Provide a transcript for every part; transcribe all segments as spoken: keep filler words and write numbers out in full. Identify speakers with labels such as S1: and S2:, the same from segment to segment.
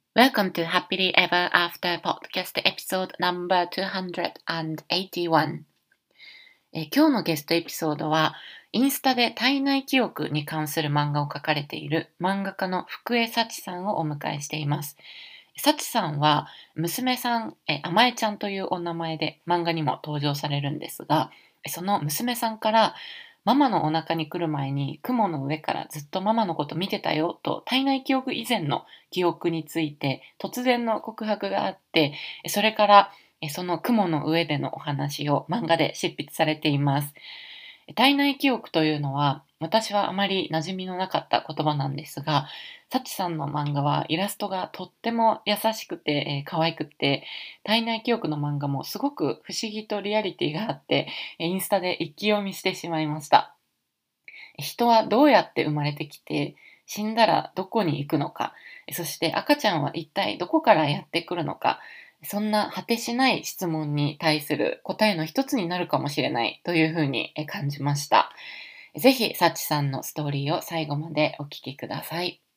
S1: Welcome to Happily Ever After Podcast Episode ナンバーにひゃくはちじゅういち、えー今日のゲストエピソードはインスタで体内記憶に関する漫画を描かれている漫画家の福江幸さんをお迎えしています。幸さんは娘さん、えー甘えちゃんというお名前で漫画にも登場されるんですが、その娘さんからママのお腹に来る前に雲の上からずっとママのこと見てたよと体内記憶以前の記憶について突然の告白があって、それからその雲の上でのお話を漫画で執筆されています。体内記憶というのは私はあまり馴染みのなかった言葉なんですが、幸さんの漫画はイラストがとっても優しくて、えー可愛くて、体内記憶の漫画もすごく不思議とリアリティがあって、えーインスタで一気読みしてしまいました。人はどうやって生まれてきて、死んだらどこに行くのか、そして赤ちゃんは一体どこからやってくるのか、そんな果てしない質問に対する答えの一つになるかもしれないというふうにえ感じました。ぜひ、サチさんのストーリーを最後までお聞きください。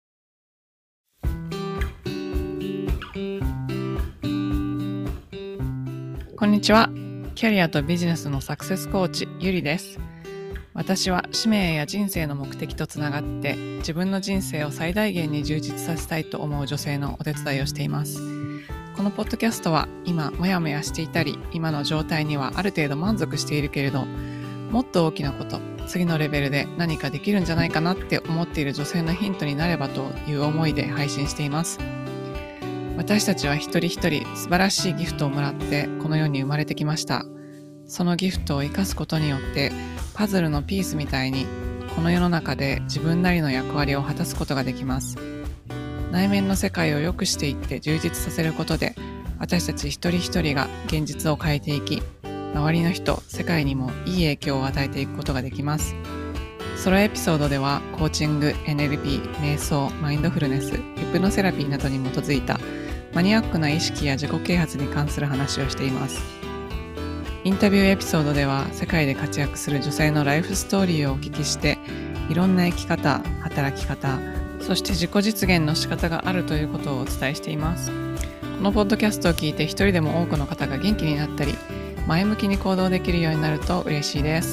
S2: こんにちは。キャリアとビジネスのサクセスコーチ、ゆりです。私は使命や人生の目的とつながって自分の人生を最大限に充実させたいと思う女性のお手伝いをしています。このポッドキャストは今もやもやしていたり、今の状態にはある程度満足しているけれど、もっと大きなこと、次のレベルで何かできるんじゃないかなって思っている女性のヒントになればという思いで配信しています。私たちは一人一人素晴らしいギフトをもらってこの世に生まれてきました。そのギフトを生かすことによってパズルのピースみたいにこの世の中で自分なりの役割を果たすことができます。内面の世界を良くしていって充実させることで、私たち一人一人が現実を変えていき、周りの人、世界にもいい影響を与えていくことができます。ソロエピソードではコーチング、エヌエルピー、瞑想、マインドフルネス、ヒプノセラピーなどに基づいたマニアックな意識や自己啓発に関する話をしています。インタビューエピソードでは世界で活躍する女性のライフストーリーをお聞きして、いろんな生き方、働き方、そして自己実現の仕方があるということをお伝えしています。このポッドキャストを聞いて一人でも多くの方が元気になったり、前向きに行動できるようになると嬉しいです。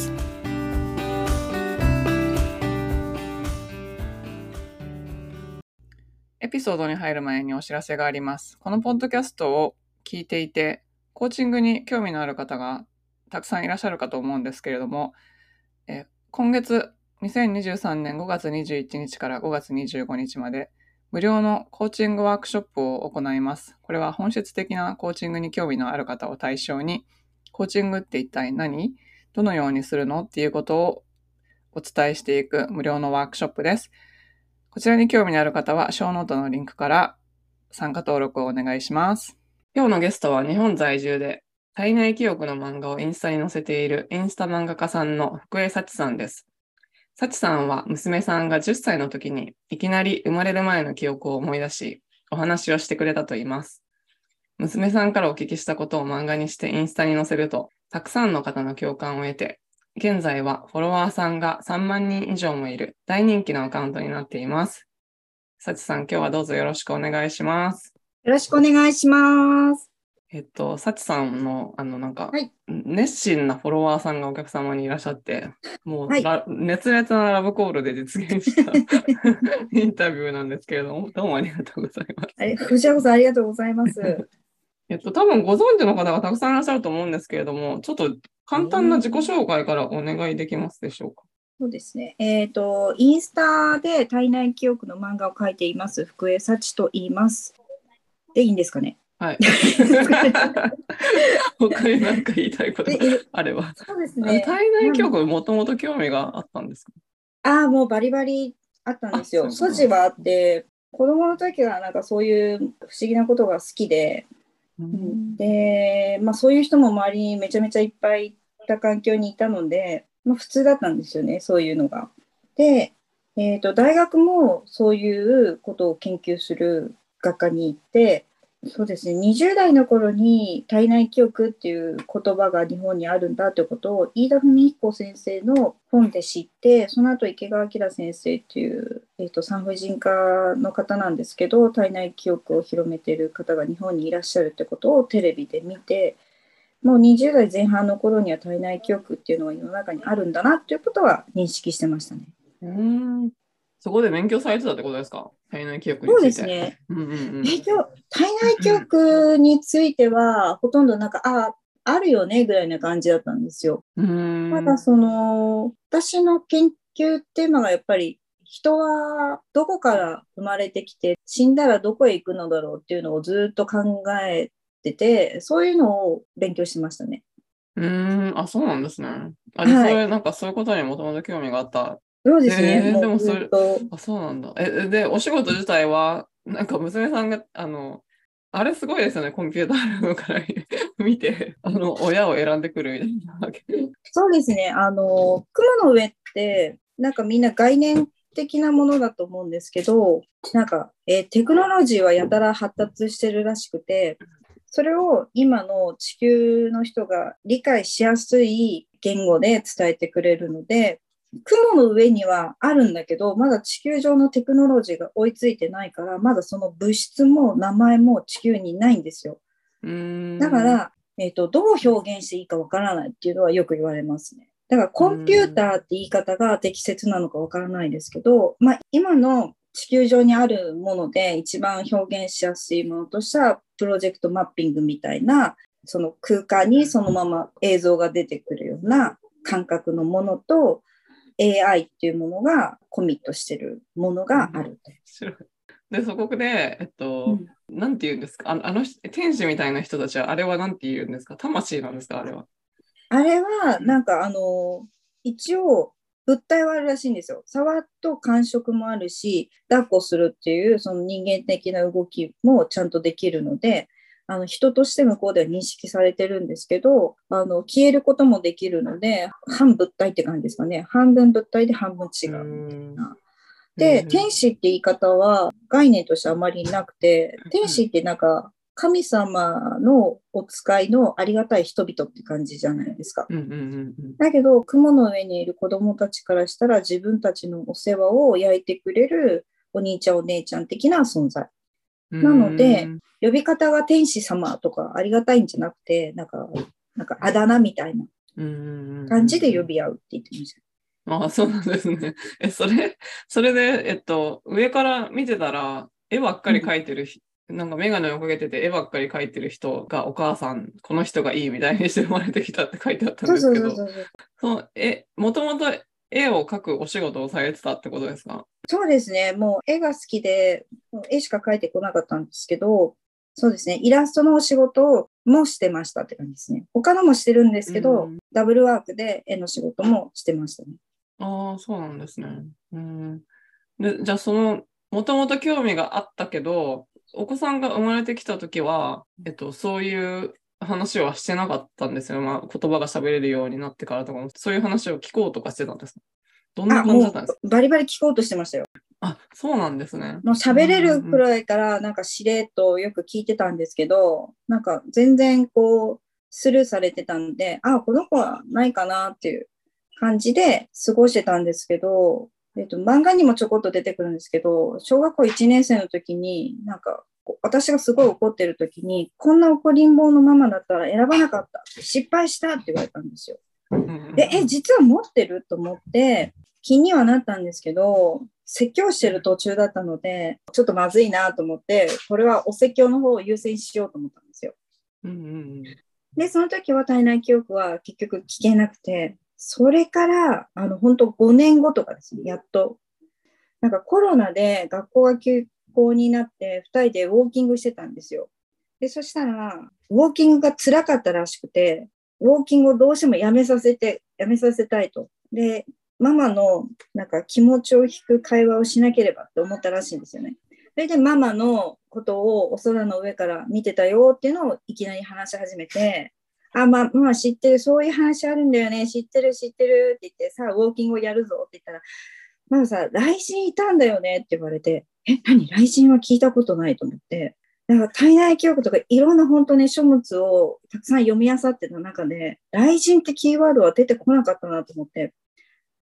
S2: エピソードに入る前にお知らせがあります。このポッドキャストを聞いていて、コーチングに興味のある方がたくさんいらっしゃるかと思うんですけれども、え今月にせんにじゅうさんねんごがつにじゅういちにちからごがつにじゅうごにちまで無料のコーチングワークショップを行います。これは本質的なコーチングに興味のある方を対象に、コーチングって一体何？どのようにするの？っていうことをお伝えしていく無料のワークショップです。こちらに興味のある方は、ショーノートのリンクから参加登録をお願いします。今日のゲストは日本在住で体内記憶の漫画をインスタに載せているインスタ漫画家さんの福江幸さんです。幸さんは娘さんがじゅっさいの時にいきなり生まれる前の記憶を思い出し、お話をしてくれたといいます。娘さんからお聞きしたことを漫画にしてインスタに載せると、たくさんの方の共感を得て、現在はフォロワーさんがさんまんにん以上もいる大人気のアカウントになっています。幸さん、今日はどうぞよろしくお願いします。
S3: よろしくお願いします。
S2: えっと、幸さんの、あの、なんか、
S3: はい。
S2: 熱心なフォロワーさんがお客様にいらっしゃって、もう、
S3: はい
S2: ら熱烈なラブコールで実現したインタビューなんですけれども、どうもありがとうございます。
S3: あれ、こちらこそありがとうございます。
S2: えっと、多分ご存知の方がたくさんいらっしゃると思うんですけれども、ちょっと簡単な自己紹介からお願いできますでしょうか。
S3: そうですね。えっと、インスタで体内記憶の漫画を描いています、福江幸と言います。で、いいんですかね。
S2: はい。他に何か言いたいことがあれば。
S3: そうですね。
S2: 体内記憶もともと興味があったんですか？
S3: ああ、もうバリバリあったんですよ。素地はあって、子供の時はなんかそういう不思議なことが好きで、うん、で、まあそういう人も周りにめちゃめちゃいっぱいいた環境にいたので、まあ普通だったんですよね、そういうのが。で、えーと、大学もそういうことを研究する学科に行って、そうですね、にじゅう代の頃に体内記憶っていう言葉が日本にあるんだということを飯田文彦先生の本で知って、その後池川明先生っていうえーと、産婦人科の方なんですけど、体内記憶を広めている方が日本にいらっしゃるってことをテレビで見て、もうにじゅう代前半の頃には体内記憶っていうのが世の中にあるんだなっていうことは認識してましたね。
S2: うーん、そこで勉強されてたってことですか？体内記憶について。
S3: そうですね。
S2: うんうんうん、
S3: 勉強、体内記憶についてはほとんどなんか、あ、あるよねぐらいな感じだったんですよ。
S2: うーん、
S3: ただその、私の研究っていうのがやっぱり、人はどこから生まれてきて死んだらどこへ行くのだろうっていうのをずっと考えてて、そういうのを勉強しましたね。
S2: うーん、あ、そうなんですね。あ、じゃあそういう、
S3: はい。
S2: なんかそういうことにもともと興味があった。
S3: そうですね。
S2: えー、で
S3: もう
S2: もそれ、
S3: ずっと。
S2: あ、そうなんだ。え、で、お仕事自体は、なんか娘さんが、あの、あれすごいですよね、コンピュータールームから見て、あの、親を選んでくるみたいなわけ。
S3: そうですね。あの、雲の上って、なんかみんな概念的なものだと思うんですけど、なんか、えーテクノロジーはやたら発達してるらしくて、それを今の地球の人が理解しやすい言語で伝えてくれるので、雲の上にはあるんだけど、まだ地球上のテクノロジーが追いついてないから、まだその物質も名前も地球にないんですよ。
S2: うーん。
S3: だから、えーと、どう表現していいかわからないっていうのはよく言われますね。だからコンピューターって言い方が適切なのかわからないですけど、まあ、今の地球上にあるもので一番表現しやすいものとしてはプロジェクトマッピングみたいな、その空間にそのまま映像が出てくるような感覚のものと エーアイ っていうものがコミットしてるものがある。
S2: 白い。で、そこで、えっと、うん、なんて言うんですか、ああの天使みたいな人たちは、あれはなんて言うんですか？魂なんですか？あれは。
S3: あれは、なんか、あの、一応、物体はあるらしいんですよ。触っと感触もあるし、抱っこするっていう、その人間的な動きもちゃんとできるので、あの人として向こうでは認識されてるんですけど、あの消えることもできるので、半物体って感じですかね。半分物体で半分違うみたいな。で、天使って言い方は概念としてあまりなくて、天使ってなんか神様のお使いのありがたい人々って感じじゃないですか。
S2: うんうんうんうん、
S3: だけど、雲の上にいる子供たちからしたら自分たちのお世話を焼いてくれるお兄ちゃんお姉ちゃん的な存在。なので、呼び方が天使様とかありがたいんじゃなくて、なんか、なんかあだ名みたいな感じで呼び合うって言ってました。
S2: ああ、そうなんですね。え、それ、それで、えっと、上から見てたら、絵ばっかり描いてる、うん、なんか眼鏡をかけてて絵ばっかり描いてる人がお母さん、この人がいいみたいにして生まれてきたって書いてあったんですけど、そう、え、もともと絵を描くお仕事をされてたってことですか？
S3: そうですね。もう絵が好きで、絵しか描いてこなかったんですけど、そうですね。イラストのお仕事もしてましたって感じですね。他のもしてるんですけど、ダブルワークで絵の仕事もしてましたね。
S2: ああ、そうなんですね。うん。で、じゃあその、もともと興味があったけど、お子さんが生まれてきたときは、えっと、そういう話はしてなかったんですよ。まあ、言葉が喋れるようになってからとかも、そういう話を聞こうとかしてたんですか？どんな感じだったんですか？
S3: バリバリ聞こうとしてましたよ。
S2: あ、そうなんですね。
S3: もう喋れるくらいからなんかしれっとよく聞いてたんですけど、なんか全然こうスルーされてたんで、あ、この子はないかなっていう感じで過ごしてたんですけど、えっと、漫画にもちょこっと出てくるんですけど、小学校いちねん生の時になんか私がすごい怒ってる時に、こんな怒りん坊のママだったら選ばなかった、失敗したって言われたんですよ。で、え、実は持ってると思って気にはなったんですけど、説教してる途中だったので、ちょっとまずいなと思って、これはお説教の方を優先しようと思ったんですよ。
S2: うんうんうん、
S3: で、その時は体内記憶は結局聞けなくて、それから、あの、本当ごねんごとかですね、やっと。なんかコロナで学校が休校になって、ふたりでウォーキングしてたんですよ。で、そしたら、ウォーキングが辛かったらしくて、ウォーキングをどうしてもやめさせて、やめさせたいと。で、ママのなんか気持ちを引く会話をしなければって思ったらしいんですよね。それでママのことをお空の上から見てたよっていうのをいきなり話し始めて、あ、まあ、まあ知ってる、そういう話あるんだよね、知ってる知ってるって言って、さあウォーキングをやるぞって言ったら、ママさ、雷神いたんだよねって言われて、え、何雷神は聞いたことないと思って、だから体内記憶とかいろんな本当ね、書物をたくさん読み漁ってた中で、雷神ってキーワードは出てこなかったなと思って、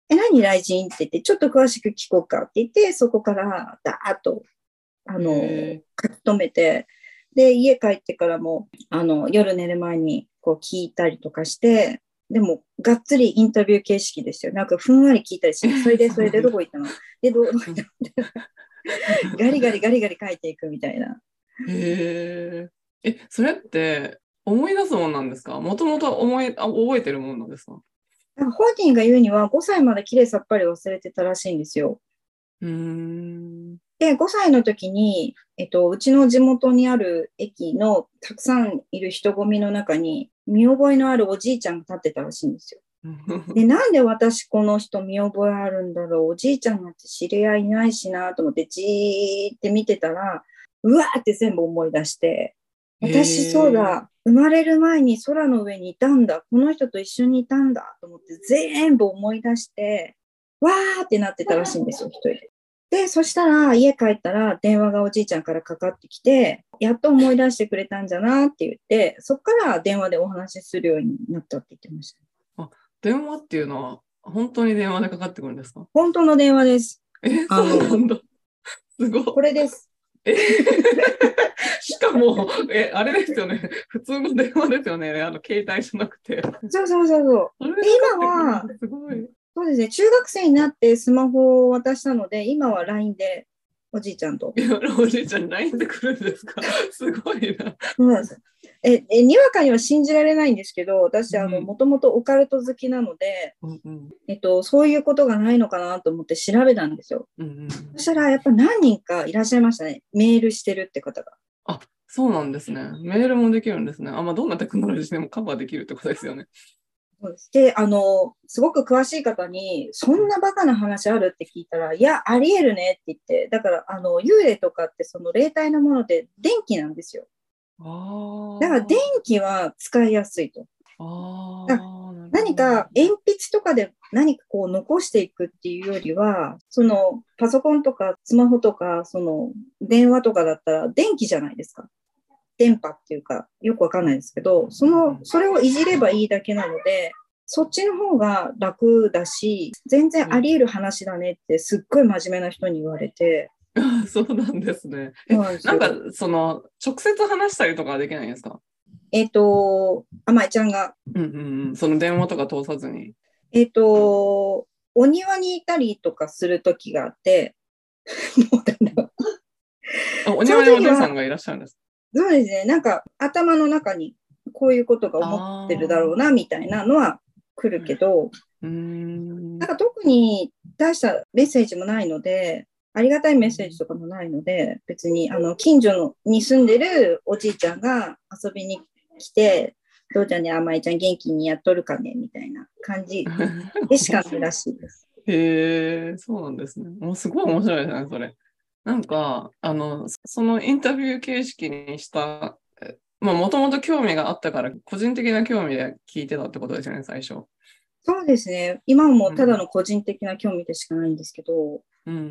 S3: え、何雷神って言って、ちょっと詳しく聞こうかって言って、そこからダーッと、あの、書き留めて、で、家帰ってからも、あの、夜寝る前にこう聞いたりとかして、でも、がっつりインタビュー形式ですよ。なんか、ふんわり聞いたりして、それで、それでどこ行ったので、どこ行ったのガリガリガリガリ書いていくみたいな。
S2: へえ。え、それって思い出すもんなんですか？もともと思い、あ、覚えてるもんなんですか？
S3: なんか本人が言うにはごさいまできれいさっぱり忘れてたらしいんですよ。
S2: うーん。
S3: で、ごさいの時に、えっと、うちの地元にある駅のたくさんいる人混みの中に見覚えのあるおじいちゃんが立ってたらしいんですよ。で、なんで私この人見覚えあるんだろう、おじいちゃんなんて知り合いいないしなと思ってじーって見てたら、うわーって全部思い出して、私そうだ、生まれる前に空の上にいたんだ、この人と一緒にいたんだと思って全部思い出して、わーってなってたらしいんですよ、一人で。で、そしたら家帰ったら電話がおじいちゃんからかかってきて、やっと思い出してくれたんじゃなって言って、そっから電話でお話しするようになったって言ってました。
S2: あ、電話っていうのは本当に電話でかかってくるんですか？
S3: 本当の電話です。
S2: え、そうなんだ。すごい。
S3: これです。
S2: えしかも、え、あれですよね。普通の電話ですよね。あの、携帯じゃなくて。
S3: そうそうそうそう。で、今は、
S2: すごい。
S3: そうですね、中学生になってスマホを渡したので、今は ライン でおじいちゃんと。
S2: おじいちゃん ライン で来るんですか？すごいな。
S3: そうなんです。え、えにわかには信じられないんですけど、私、あの、もともとオカルト好きなので、うんうん、えっと、そういうことがないのかなと思って調べたんですよ。うんうん、そしたら、やっぱ何人かいらっしゃいましたね。メールしてるって方が。
S2: あ、そうなんですね。メールもできるんですね。あ、まあ、どんなテクノロジーでもカバーできるってことですよね。
S3: そうです。で、あの、すごく詳しい方に、そんなバカな話あるって聞いたら、いや、ありえるねって言って、だから、あの、幽霊とかってその霊体のもので電気なんですよ。
S2: あ
S3: だから電気は使いやすいと。
S2: あ
S3: 何か鉛筆とかで何かこう残していくっていうよりは、そのパソコンとかスマホとか、その電話とかだったら電気じゃないですか。電波っていうか、よくわかんないですけど、その、それをいじればいいだけなので、そっちの方が楽だし、全然あり得る話だねってすっごい真面目な人に言われて。
S2: そうなんですね。え、なんか、その、直接話したりとかはできないんですか？
S3: えっと、甘えちゃんが。
S2: うんうんうん。その電話とか通さずに。
S3: えっと、お庭にいたりとかするときがあって、もうだんだん
S2: あ、お庭にお嬢さんがいらっしゃるんですか？
S3: そうですね。なんか頭の中にこういうことが思ってるだろうなみたいなのは来るけど、うーん、なんか特に出したメッセージもないので、ありがたいメッセージとかもないので、別にあの近所のに住んでるおじいちゃんが遊びに来て、どうちゃんね、甘えちゃん元気にやっとるかねみたいな感じでしかないらしいです。
S2: へえ、そうなんですね。もうすごい面白いですね、それ。なんか、あの、そのインタビュー形式にした、まあ、もともと興味があったから、個人的な興味で聞いてたってことですよね、最初。
S3: そうですね。今もただの個人的な興味でしかないんですけど。
S2: うんうんうん。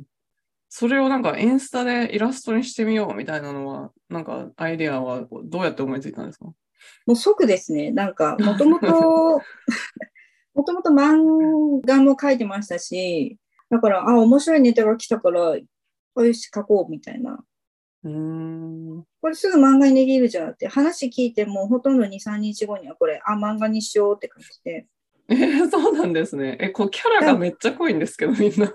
S2: それをなんかインスタでイラストにしてみようみたいなのは、なんかアイデアはどうやって思いついたんですか？も
S3: う即ですね。なんか、もともと、もともと漫画も書いてましたし、だから、あ、面白いネタが来たから、よし、書こうみたいな。うーん、これすぐ漫画にできるじゃんって、話聞いてもほとんどに、さんにちごにはこれ、あ、漫画にしようって感じで。
S2: えー、そうなんですね。え、こうキャラがめっちゃ濃いんですけど、みんな。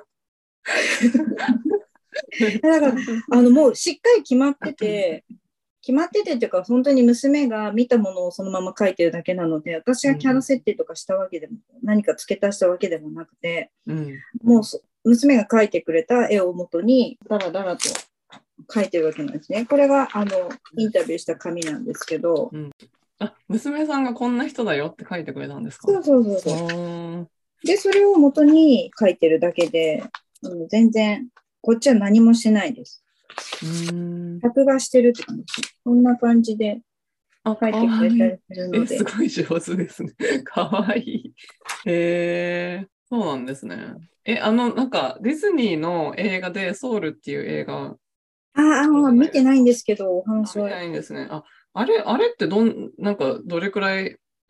S3: だから、あの、もうしっかり決まってて、決まっててっていうか、本当に娘が見たものをそのまま描いてるだけなので、私がキャラ設定とかしたわけでも、うん、何か付け足したわけでもなくて、うん、もう娘が描いてくれた絵を元に、だらだらと描いてるわけなんですね。これが、あの、インタビューした紙なんですけど、うん、
S2: あ、娘さんがこんな人だよって書いてくれたんですか？
S3: そうそうそうそう。で、それを元に描いてるだけで、うん、全然、こっちは何もしてないです。作画してるって感じ。こんな感じで書いてくれたりするので。
S2: すごい上手ですね。かわいい。へえ、そうなんですね。え、あの、なんか、ディズニーの映画で、ソウルっていう映画。
S3: ああ、見てないんですけど、お話は。
S2: 見てないんですね。あ、あれ、あれってどん、なんか、どれくらい、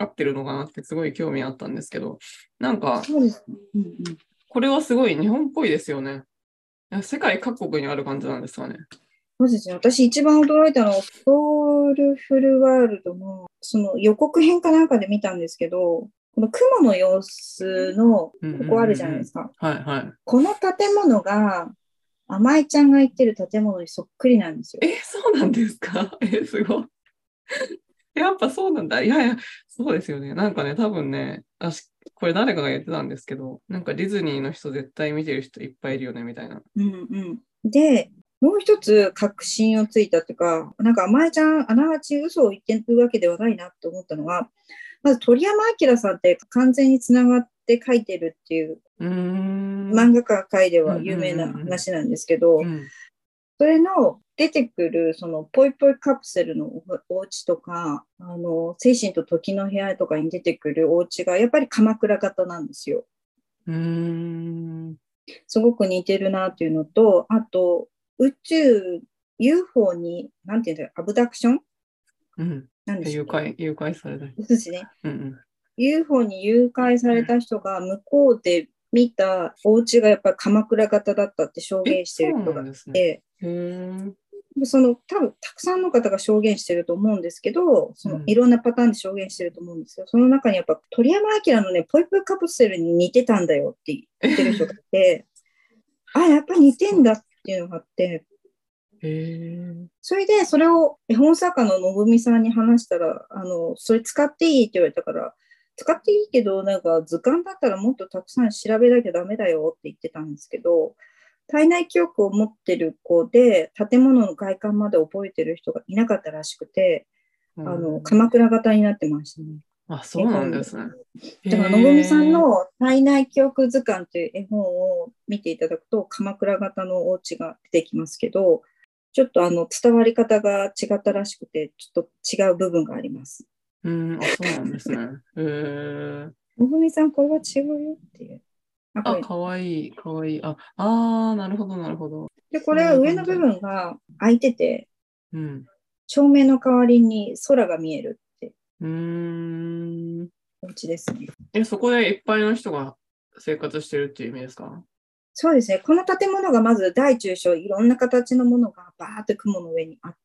S2: 合ってるのかなってすごい興味あったんですけど、なんか、
S3: そうですね。うんうん、
S2: これはすごい日本っぽいですよね。世界各国にある感じなんですかね。
S3: そうですね。私一番驚いたのは、ソウルフルワールドのその予告編かなんかで見たんですけど、この雲の様子のここあるじゃないですか。うん
S2: うんうんうん、はいはい。
S3: この建物が甘えちゃんが言ってる建物にそっくりなんですよ。
S2: え、そうなんですか？え、すごい。やっぱそうなんだ。いやいや、そうですよね。なんかね、多分ね、私、これ誰かが言ってたんですけど、なんかディズニーの人絶対見てる人いっぱいいるよね、みたいな。
S3: うんうん。で、もう一つ確信をついたというか、なんか甘えちゃん、あながち嘘を言ってるわけではないなと思ったのが、まず鳥山明さんって完全につながって書いてるっていう、
S2: うーん
S3: 漫画家界では有名な話なんですけど、
S2: うんうんうんうん、
S3: それの出てくるそのぽいぽいカプセルのお家とか、あの精神と時の部屋とかに出てくるお家がやっぱり鎌倉型なんですよ。
S2: うーん
S3: すごく似てるなっていうのと、あと宇宙 ユーフォー になんていうんだろう、アブダクション、
S2: うん、
S3: なんでしょう、
S2: 誘拐、誘拐された。
S3: そうですね。
S2: うんうん、
S3: ユーフォー に誘拐された人が向こうで見たお家がやっぱり鎌倉型だったって証
S2: え、
S3: 言して
S2: そう
S3: る人がい
S2: なんですね。
S3: て、
S2: へー、
S3: その多分たくさんの方が証言してると思うんですけど、そのいろんなパターンで証言してると思うんですよ。その中にやっぱ鳥山明のね、ぽいぽいカプセルに似てたんだよって言ってる人がいて、あ、やっぱり似てんだっていうのがあって、
S2: へー、
S3: それでそれを絵本作家ののぶみさんに話したら、あの、それ使っていいって言われたから、使っていいけど、なんか図鑑だったらもっとたくさん調べなきゃダメだよって言ってたんですけど、体内記憶を持ってる子で、建物の外観まで覚えてる人がいなかったらしくて、あの、鎌倉型になってましたね。
S2: あ、そうなんですね。
S3: だから、のぶみさんの体内記憶図鑑という絵本を見ていただくと、鎌倉型のお家が出てきますけど、ちょっとあの伝わり方が違ったらしくて、ちょっと違う部分があります。
S2: うん、あ、そうなんですね。へー。
S3: のぶみさん、これは違うよっていう。
S2: あ、かわいい、かわいい。あ、あー、なるほど、なるほど。
S3: で、これは上の部分が開いてて、
S2: うん。
S3: 照明の代わりに空が見えるって、
S2: うーん。
S3: お家ですね。
S2: え、そこでいっぱいの人が生活してるっていう意味ですか？
S3: そうですね。この建物がまず大中小いろんな形のものがバーって雲の上にあって、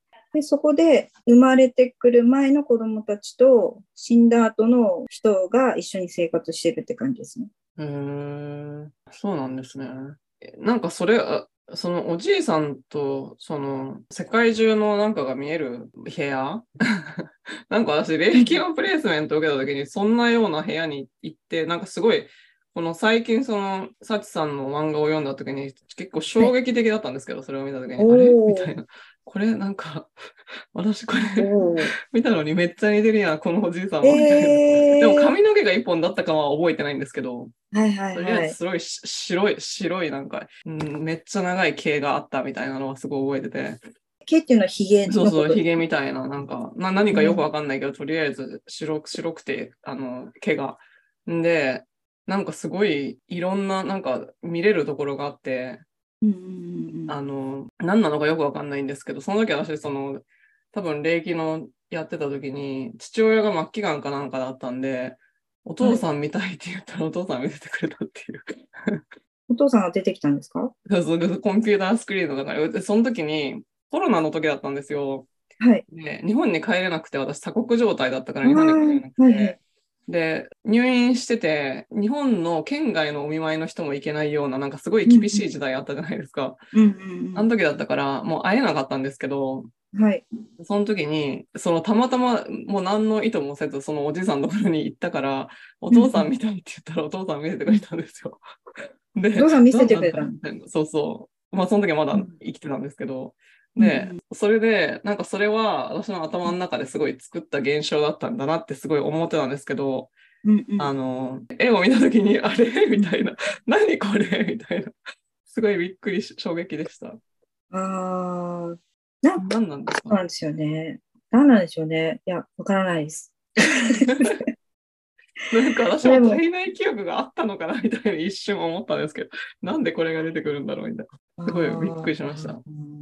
S3: でそこで生まれてくる前の子どもたちと死んだ後の人が一緒に生活してるって感じですね。
S2: へー、そうなんですね。なんかそれ、そのおじいさんとその世界中のなんかが見える部屋なんか私、霊気のプレイスメントを受けた時にそんなような部屋に行って、なんかすごい、この最近そのサチさんの漫画を読んだ時に結構衝撃的だったんですけど、それを見た時に、あれみたいな。これなんか、私これ見たのにめっちゃ似てるやん、このおじいさんは、みたいな。えー、でも髪の毛が一本だったかは覚えてないんですけど、
S3: はいはいはい、
S2: とりあえずすごい白い、白いなんか、うん、めっちゃ長い毛があったみたいなのはすごい覚えてて。
S3: 毛っていうのはヒゲのこと？
S2: そうそう、ヒゲみたいな、なんか、な何かよくわかんないけど、うん、とりあえず白白くて、あの、毛が。んで、なんかすごいいろんな、なんか見れるところがあって、
S3: うんうんうん、
S2: あの、何なのかよくわかんないんですけど、その時私、その、多分霊気のやってた時に、父親が末期がんかなんかだったんで、お父さん見たいって言ったらお父さん見せてくれたっていう。
S3: お父さんが出てきたんですか？
S2: そうコンピュータースクリーンの中で、その時にコロナの時だったんですよ。
S3: はい。
S2: で、日本に帰れなくて、私鎖国状態だったから日本に帰れなくて、
S3: はいはい、
S2: で、入院してて、日本の県外のお見舞いの人も行けないような、なんかすごい厳しい時代あったじゃないですか。
S3: うんうんうん、
S2: あの時だったから、もう会えなかったんですけど、
S3: はい、
S2: その時に、そのたまたまもう何の意図もせず、そのおじさんのところに行ったから、お父さん見たいって言ったら、お父さん見せてくれたんですよ。で、
S3: お父さん見せてくれたの？
S2: そうそう。まあ、その時はまだ生きてたんですけど、で、それで、なんかそれは私の頭の中ですごい作った現象だったんだなってすごい思ってたんですけど、
S3: うんうん、
S2: あの、絵を見た時に、あれみたいな、何これみたいな、すごいびっくりし、衝撃でした。
S3: ああ、なんか、
S2: 何なんですか？
S3: そうなんですよね。何なんでしょうね。いや、わからないです。
S2: なんか私も体内記憶があったのかなみたいな一瞬思ったんですけど、なんでこれが出てくるんだろうみたいな。すごいびっくりしました。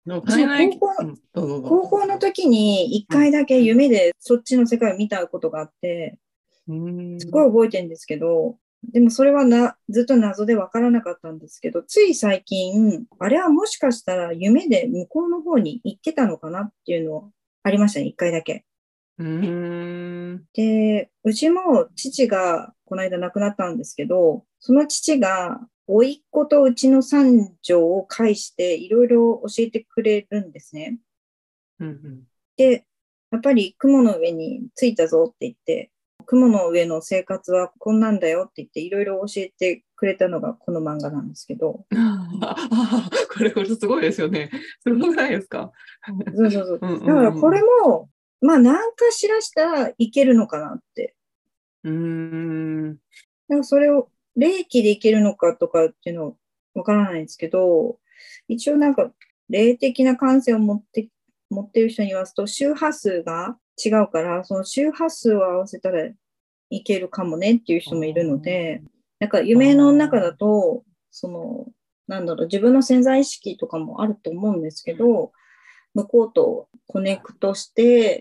S2: でも
S3: 私も
S2: 体内、
S3: 高校
S2: うん、どうぞどうぞ。
S3: 高校の時に一回だけ夢でそっちの世界を見たことがあって、
S2: うーん
S3: すごい覚えてるんですけど、でもそれはなずっと謎で分からなかったんですけど、つい最近、あれはもしかしたら夢で向こうの方に行ってたのかなっていうのありましたね、一回だけ。
S2: うーん。
S3: で、うちも父がこの間亡くなったんですけど、その父が甥っ子とうちの三女を介していろいろ教えてくれるんですね。
S2: うんうん
S3: で、やっぱり雲の上に着いたぞって言って、雲の上の生活はこんなんだよって言っていろいろ教えてくれたのがこの漫画なんですけど、
S2: あこれ、これすごいですよね。すごくないですか？
S3: そうそうそう。
S2: うんう
S3: だからこれ
S2: ん
S3: も、まあ何かしらしたらいけるのかなって。
S2: うん。うーん。
S3: なんかそれを霊気でいけるのかとかっていうのはわからないんですけど、一応なんか霊的な感性を持って、持ってる人に言わすと周波数が違うから、その周波数を合わせたらいけるかもねっていう人もいるので、なんか夢の中だと、その、なんだろう、自分の潜在意識とかもあると思うんですけど、向こうとコネクトして、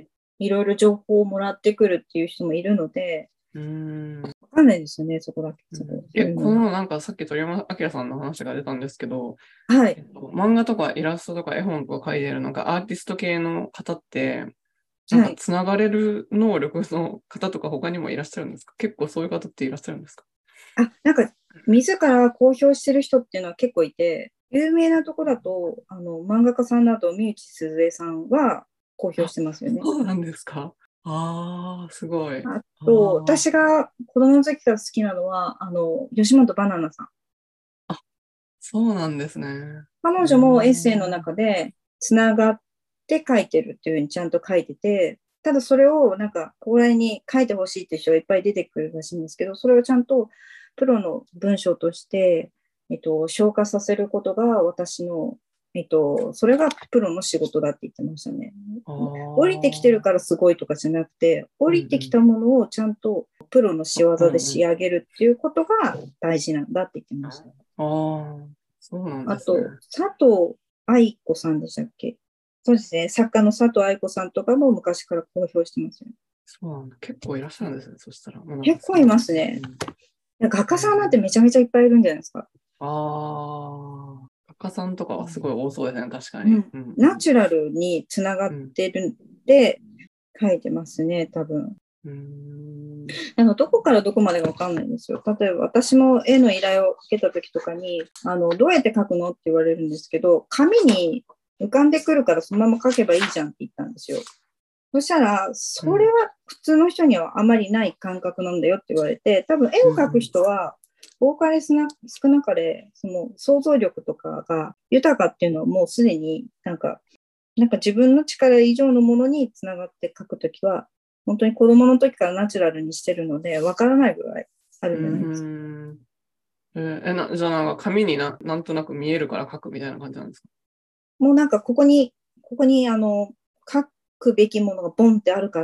S3: いろいろ情報をもらってくるっていう人もいるので、
S2: うーん。
S3: わかんないですよね、そこだけ。そこ
S2: え、このなんかさっき鳥山明さんの話が出たんですけど、
S3: はい。
S2: えっと、漫画とかイラストとか絵本とか書いてるなんかアーティスト系の方って、なんか
S3: はい。
S2: つながれる能力の方とか他にもいらっしゃるんですか？結構そういう方っていらっしゃるんですか？
S3: あ、なんか、自ら公表してる人っていうのは結構いて、有名なとこだと、あの、漫画家さんだと、三内鈴江さんは公表してますよね。
S2: そうなんですか？ああ、すごい。
S3: あ
S2: あ
S3: と、
S2: あ、
S3: 私が子供の時から好きなのは、あの、吉本ばななさん。
S2: そうなんですね。うー
S3: 彼女もエッセイの
S2: ん。
S3: 中で、つながって書いてるっていうふうにちゃんと書いてて、ただそれをなんか、高麗に書いてほしいっていう人がいっぱい出てくるらしいんですけど、それをちゃんとプロの文章として、えっと、消化させることが私の、えっと、それがプロの仕事だって言ってましたね。
S2: あ
S3: 降りてきてる
S2: あ、
S3: からすごいとかじゃなくて、降
S2: うん
S3: りてきたものをちゃんとプロの仕業
S2: うん。うんうん。
S3: で仕上げるっていうことが大事なんだって言ってました。
S2: ああ、そうなんですね。
S3: あと、佐藤愛子さんでしたっけ？そうですね。作家の佐藤愛子さんとかも昔から公表してますよね。
S2: そうなんだ。結構いらっしゃるんですね。そしたら。もうなんか
S3: 結構い
S2: すごい。
S3: ますね。
S2: うん、
S3: 画家さんなんてめちゃめちゃいっぱいいるんじゃないですか。
S2: ああ、画家さんとかはすごい多そうですね。確かに。
S3: うん。
S2: うん
S3: ナチュラルにつながっ
S2: うん。
S3: てるんで書いてますね、多分。
S2: うん。うーん。
S3: あのどこからどこまでがわかんないんですよ。例えば私も絵の依頼を受けた時とかに、あの、どうやって描くのって言われるんですけど、紙に浮かんでくるからそのまま描けばいいじゃんって言ったんですよ。そしたら、それは普通の人にはあまりない感覚なんだよって言われて、多分絵を描く人は、多かれ少なかれ、その想像力とかが豊かっていうのはもうすでになんか、なんか自分の力以上のものにつながって描くときは、本当に子供の時からナチュラルにしてるので、わからないぐらいある
S2: う
S3: じゃないですか。
S2: ん。えーえな、じゃあなんか紙にな、なんとなく見えるから書くみたいな感じなんですか？
S3: もうなんかここに、ここにあの、書くべきものがボンってあるから、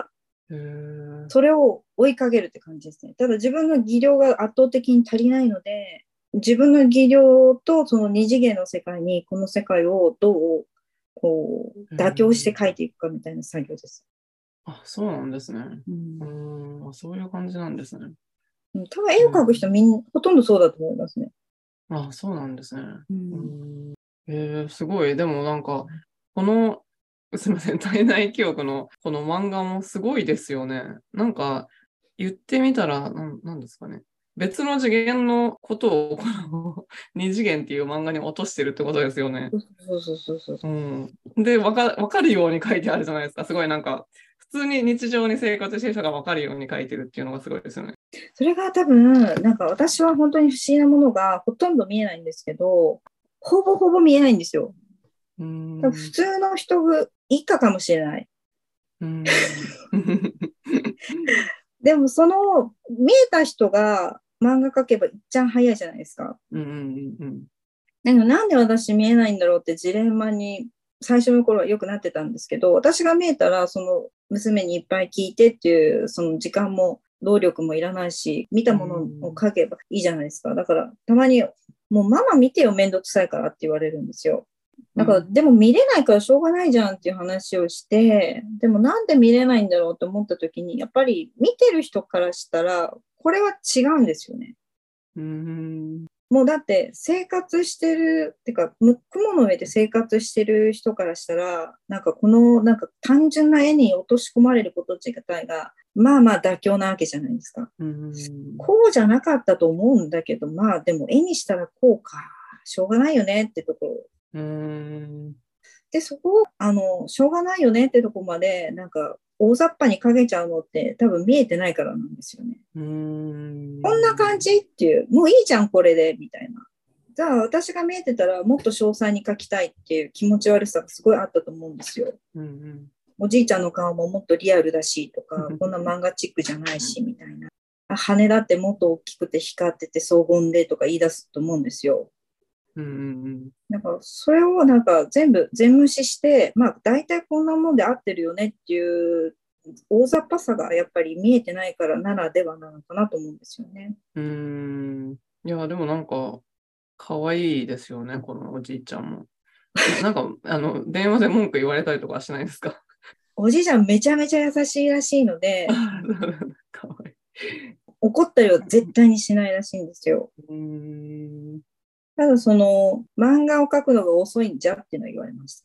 S2: へー
S3: それを追いかけるって感じですね。ただ自分の技量が圧倒的に足りないので、自分の技量とその二次元の世界に、この世界をどう、こう、妥協して書いていくかみたいな作業です。
S2: あ、そうなんですね。
S3: う
S2: うー
S3: ん、
S2: ん、あそういう感じなんですね。
S3: 多分絵を描く人みんな、ほとんどそうだと思いますね。
S2: あ、そうなんですね。
S3: う
S2: うー
S3: ん、
S2: ん。えー、すごい。でもなんか、この、すみません、体内記憶のこの漫画もすごいですよね。なんか、言ってみたら、なん、なんですかね。別の次元のことをこの二次元っていう漫画に落としてるってことですよね。
S3: そうそうそうそうそう。
S2: うん。で、わか、わかるように書いてあるじゃないですか。すごいなんか、普通に日常に生活してる人がわかるように書いてるっていうのがすごいですよね。
S3: それが多分、なんか私は本当に不思議なものがほとんど見えないんですけど、ほぼほぼ見えないんですよ。
S2: うー
S3: 多分普
S2: ん。
S3: 通の人以下かもしれない。
S2: うーん。
S3: でもその見えた人が漫画描けばいっちゃん早いじゃないですか。
S2: うんうんうん
S3: でもなんで私見えないんだろうってジレンマに最初の頃はよくなってたんですけど、私が見えたらその娘にいっぱい聞いてっていうその時間も労力もいらないし、見たものを描けばいいじゃないですか。だからたまにもうママ見てよめんどくさいからって言われるんですよ。 なんか、でも見れないからしょうがないじゃんっていう話をして、でもなんで見れないんだろうと思った時に、やっぱり見てる人からしたら、これは違うんですよね。
S2: うん。
S3: もうだって生活してる、ってか、雲の上で生活してる人からしたら、なんかこのなんか単純な絵に落とし込まれること自体が、まあまあ妥協なわけじゃないですか。
S2: うん。
S3: こうじゃなかったと思うんだけど、まあでも絵にしたらこうか、しょうがないよねってところ。
S2: うん。
S3: で、そこを、あの、しょうがないよねってとこまで、なんか大雑把にかけちゃうのって多分見えてないからなんですよね。
S2: うん。
S3: こんな感じっていう、もういいじゃん、これで、みたいな。じゃあ、私が見えてたら、もっと詳細に描きたいっていう気持ち悪さがすごいあったと思うんですよ。
S2: うんうん、
S3: おじいちゃんの顔ももっとリアルだしとか、こんな漫画チックじゃないし、みたいな。あ、羽だってもっと大きくて光ってて荘厳でとか言い出すと思うんですよ。
S2: うんうん、
S3: なんか、それをなんか全部全無視して、まあ、大体こんなもんで合ってるよねっていう大雑把さがやっぱり見えてないからならではなのかなと思うんですよね。
S2: うーん。いや、でもなんか、可愛いですよね、このおじいちゃんも。な、なんか、あの、電話で文句言われたりとかはしないですか？
S3: おじいちゃんめちゃめちゃ優しいらしいので、
S2: 可愛い。
S3: 怒ったりは絶対にしないらしいんですよ。
S2: うーん。
S3: ただその、漫画を描くのが遅いんじゃっていうのを言われました。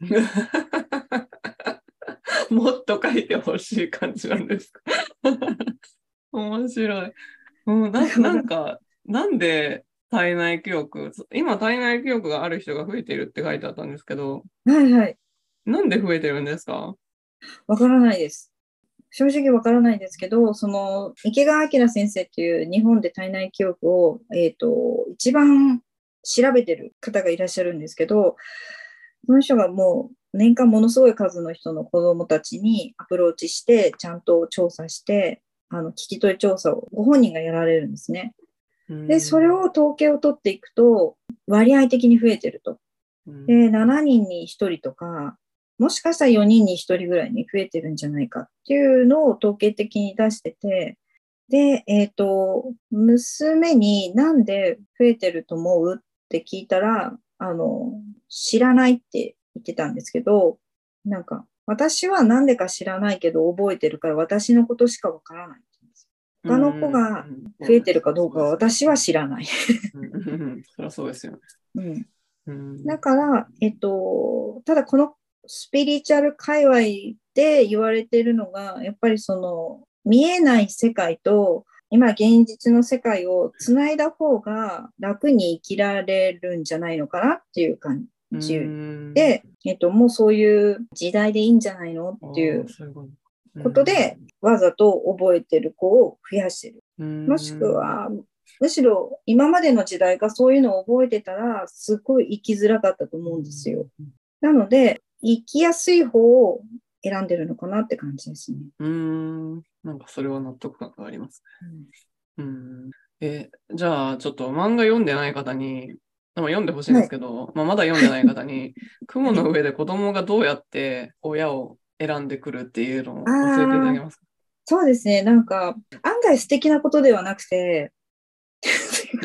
S2: もっと書いてほしい感じなんですか？面白い。うん、な、なんか、なんで体内記憶、今体内記憶がある人が増えているって書いてあったんですけど、
S3: はいはい。
S2: なんで増えてるんですか？
S3: わからないです。正直わからないですけど、その、池川明先生っていう日本で体内記憶を、えっと、一番調べてる方がいらっしゃるんですけど、その人がもう年間ものすごい数の人の子どもたちにアプローチして、ちゃんと調査して、あの聞き取り調査をご本人がやられるんですね。で、それを統計を取っていくと、割合的に増えてると。で、しちにんにひとりとか、もしかしたらよにんにひとりぐらいに増えてるんじゃないかっていうのを統計的に出してて、で、えっと、娘になんで増えてると思うって聞いたら、あの、知らないって言ってたんですけど、なんか、私はなんでか知らないけど覚えてるから私のことしかわからない。他の子が増えてるかどうかは私は知らない。
S2: そりゃそうですよね。
S3: うん
S2: うん、
S3: だから、えっと、ただこのスピリチュアル界隈で言われているのが、やっぱりその見えない世界と今現実の世界をつないだ方が楽に生きられるんじゃないのかなっていう感じで、えっと、もうそういう時代でいいんじゃないのっていうことで、わざと覚えてる子を増やしてる。もしくは、むしろ今までの時代がそういうのを覚えてたら、すごい生きづらかったと思うんですよ。なので、生きやすい方を選んでるのかなって感じですね。
S2: うーん、なんかそれは納得感がありますね。うん、うんえじゃあ、ちょっと漫画読んでない方に、読んでほしいんですけど、はい、まあ、まだ読んでない方に、雲の上で子供がどうやって親を選んでくるっていうのを教えていただけますか？
S3: そうですね、なんか、案外素敵なことではなくて、考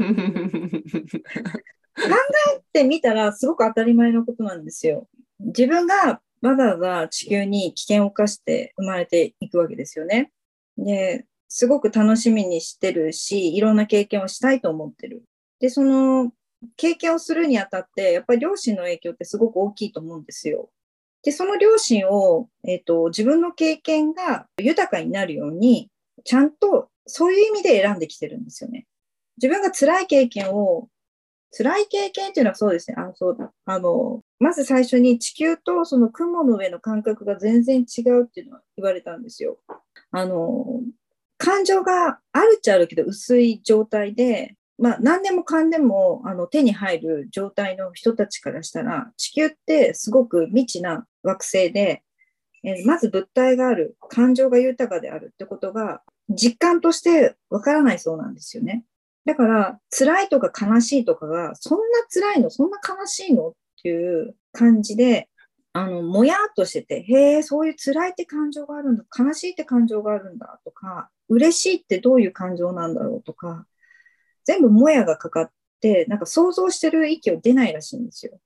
S3: えてみたらすごく当たり前のことなんですよ。自分がわざわざ地球に危険を冒して生まれていくわけですよね。で、すごく楽しみにしてるし、いろんな経験をしたいと思ってる。で、その経験をするにあたって、やっぱり両親の影響ってすごく大きいと思うんですよ。で、その両親を、えっと、自分の経験が豊かになるように、ちゃんとそういう意味で選んできてるんですよね。自分が辛い経験を、辛い経験っていうのはそうですね。あ、そうだ。あの、まず最初に地球とその雲の上の感覚が全然違うっていうのは言われたんですよ。あの、感情があるっちゃあるけど薄い状態で、まあ何でもかんでもあの手に入る状態の人たちからしたら、地球ってすごく未知な惑星で、えー、まず物体がある、感情が豊かであるってことが実感としてわからないそうなんですよね。だから、辛いとか悲しいとかが、そんな辛いの、そんな悲しいのっていう感じで、あの、もやっとしてて、へえ、そういう辛いって感情があるんだ、悲しいって感情があるんだとか、嬉しいってどういう感情なんだろうとか、全部もやがかかって、なんか想像してる域を出ないらしいんですよ。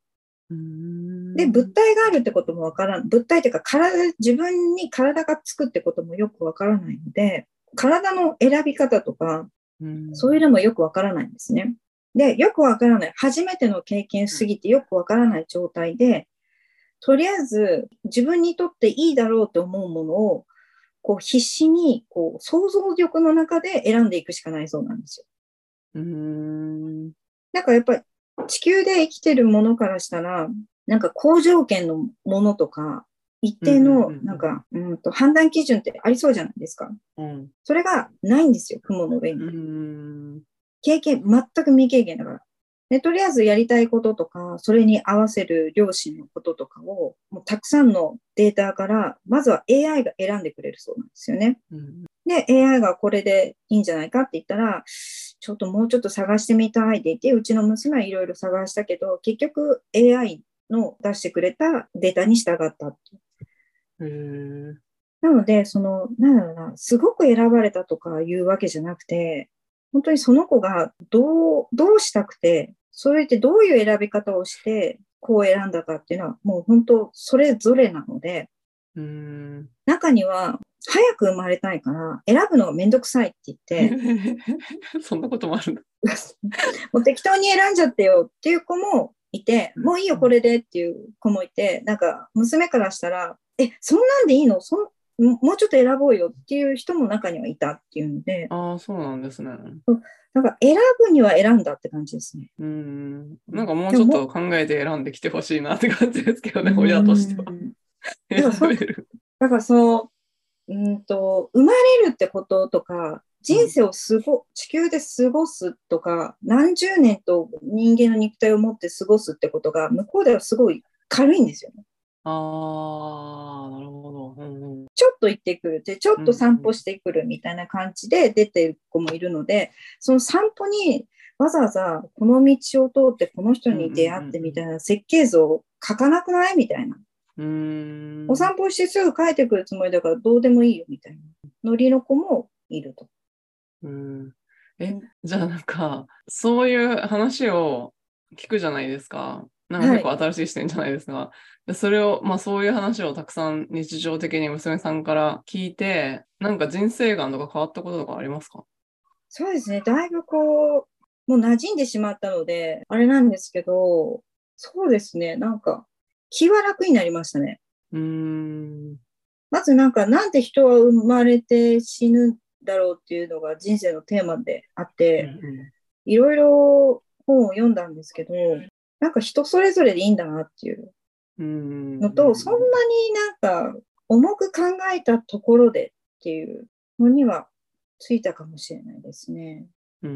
S2: うーん
S3: で、物体があるってこともわからん。物体っていうか、体、自分に体がつくってこともよくわからないので、体の選び方とか、
S2: うん
S3: そういうのもよくわからないんですね。で、よくわからない。初めての経験すぎてよくわからない状態で、とりあえず自分にとっていいだろうと思うものを、こう必死にこう想像力の中で選んでいくしかないそうなんですよ。
S2: うーん
S3: なんかやっぱり地球で生きてるものからしたら、なんか好条件のものとか、一定のなんか、うんと判断基準ってありそうじゃないですか。
S2: うん
S3: それがないんですよ、雲の上に。
S2: うーん
S3: 経験、全く未経験だから。で、とりあえずやりたいこととか、それに合わせる両親のこととかを、もうたくさんのデータから、まずは エーアイ が選んでくれるそうなんですよね。
S2: うん
S3: で、エーアイ がこれでいいんじゃないかって言ったら、ちょっともうちょっと探してみたいって言って、うちの娘はいろいろ探したけど、結局 エーアイ の出してくれたデータに従ったって。
S2: へー
S3: なので、その、なんだろうな、すごく選ばれたとかいうわけじゃなくて、本当にその子がどう、どうしたくて、それってどういう選び方をして、こう選んだかっていうのは、もう本当それぞれなので、
S2: うーん
S3: 中には、早く生まれたいから、選ぶのがめんどくさいって言って、
S2: そんなこともあるんだ。
S3: もう適当に選んじゃってよっていう子もいて、もういいよこれでっていう子もいて、なんか娘からしたら、え、そんなんでいいのそんもうちょっと選ぼうよっていう人も中にはいたっていうので、
S2: ああ、そうなんですね。
S3: なんか選ぶには選んだって感じですね。
S2: うーん。なんかもうちょっと考えて選んできてほしいなって感じですけどね、
S3: う
S2: 親としては。
S3: んだから
S2: 選
S3: そ
S2: べる。
S3: だからその、うんと、生まれるってこととか、人生を過ご、地球で過ごすとか、何十年と人間の肉体を持って過ごすってことが、向こうではすごい軽いんですよね。
S2: ああ、なるほど。うんうん
S3: ちょっと行ってくるって、ちょっと散歩
S2: うん
S3: してくるみたいな感じで出てる子もいるので、その散歩にわざわざこの道を通ってこの人に出会ってみたいな設計図を書かなくないみたいな。
S2: うーん。
S3: お散歩してすぐ帰ってくるつもりだからどうでもいいよみたいなノリの子もいると。
S2: うんえ、じゃあなんか、そういう話を聞くじゃないですか。なんか
S3: はい。
S2: 結構新しい視点じゃないですか。でそれを、まあそういう話をたくさん日常的に娘さんから聞いて、なんか人生観とか変わったこととかありますか？
S3: そうですね。だいぶこう、もう馴染んでしまったので、あれなんですけど、そうですね。なんか気は楽になりましたね。
S2: うーん。
S3: まずなんか、なんで人は生まれて死ぬんだろうっていうのが人生のテーマであっ
S2: うん
S3: て、いろいろ本を読んだんですけど、なんか人それぞれでいいんだなっていう
S2: うん
S3: のと、そんなになんか重く考えたところでっていうのにはついたかもしれないですね。
S2: うん。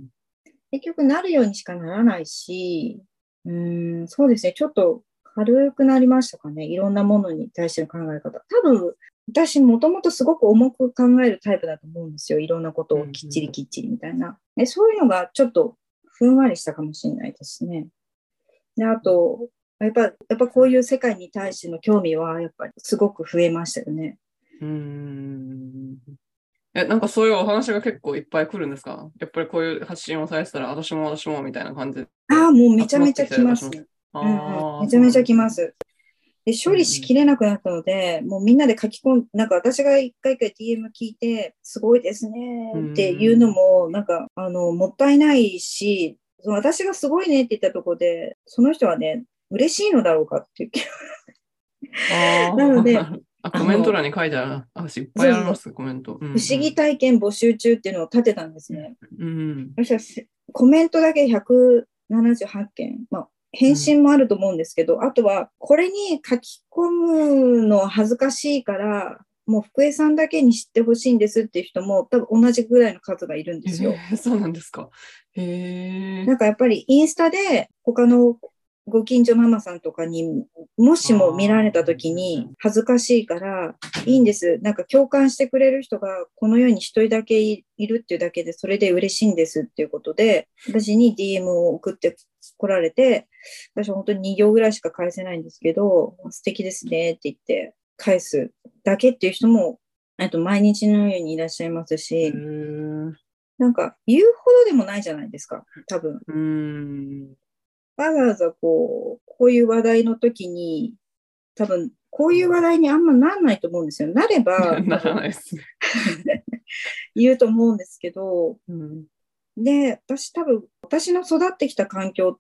S3: 結局なるようにしかならないし、うーん、そうですね。ちょっと軽くなりましたかね。いろんなものに対しての考え方。多分、私もともとすごく重く考えるタイプだと思うんですよ。いろんなことをきっちりきっちりみたいな。でそういうのがちょっとふんわりしたかもしれないですね。で、あと、やっぱ、やっぱこういう世界に対しての興味は、やっぱりすごく増えましたよね。
S2: うんえ、なんかそういうお話が結構いっぱい来るんですか？やっぱりこういう発信をされてたら、私も私もみたいな感じで
S3: ああ、もうめちゃめちゃ
S2: 集まってきた
S3: 来ますね。
S2: りとかします。
S3: うんうん。
S2: ああ、
S3: めちゃめちゃ
S2: そうなんですね。
S3: 来ます。で、処
S2: うん
S3: 理しきれなくなったので、もうみんなで書き込ん、なんか私が一回一回 ディーエム 聞いて、すごいですね
S2: うん。
S3: っていうのも、なんか、あの、もったいないし、その私がすごいねって言ったところで、その人はね、嬉しいのだろうかっていう気が。
S2: あ
S3: なの
S2: あ、な
S3: で、
S2: るあ、コ
S3: あの、
S2: メント欄に書いてある。あ、私いっぱい
S3: そうそうそう、
S2: あります、コメント。うん
S3: 不思議体験募集中っていうのを立てたんです
S2: うん。
S3: ね。
S2: うん。
S3: そしたらせコメントだけひゃくななじゅうはちけん、まあ、返信もあると思うんですけど、あとは、これに書き込むの恥ずかしいから、もう福江さんだけに知ってほしいんですっていう人も多分同じぐらいの数がいるんで
S2: え
S3: すよ。
S2: ー、そうなんですか。へえ。
S3: なんかやっぱりインスタで他のご近所ママさんとかにもしも見られた時に恥ずかしいからいいんです。なんか共感してくれる人がこの世に一人だけいるっていうだけでそれで嬉しいんですっていうことで私に ディーエム を送ってこられて、私は本当にに行ぐらいしか返せないんですけど、素敵ですねって言って返すだけっていう人もあと毎日のようにいらっしゃいます
S2: へ
S3: し、
S2: ー
S3: なんか言うほどでもないじゃないですか、多分。
S2: うーん。
S3: わざわざこう、 こういう話題の時に、多分、こういう話題にあんまなんないと思うんですよ。なれば、
S2: ならないですね。
S3: 言うと思うんですけど、
S2: うん、
S3: で、私多分、私の育ってきた環境って、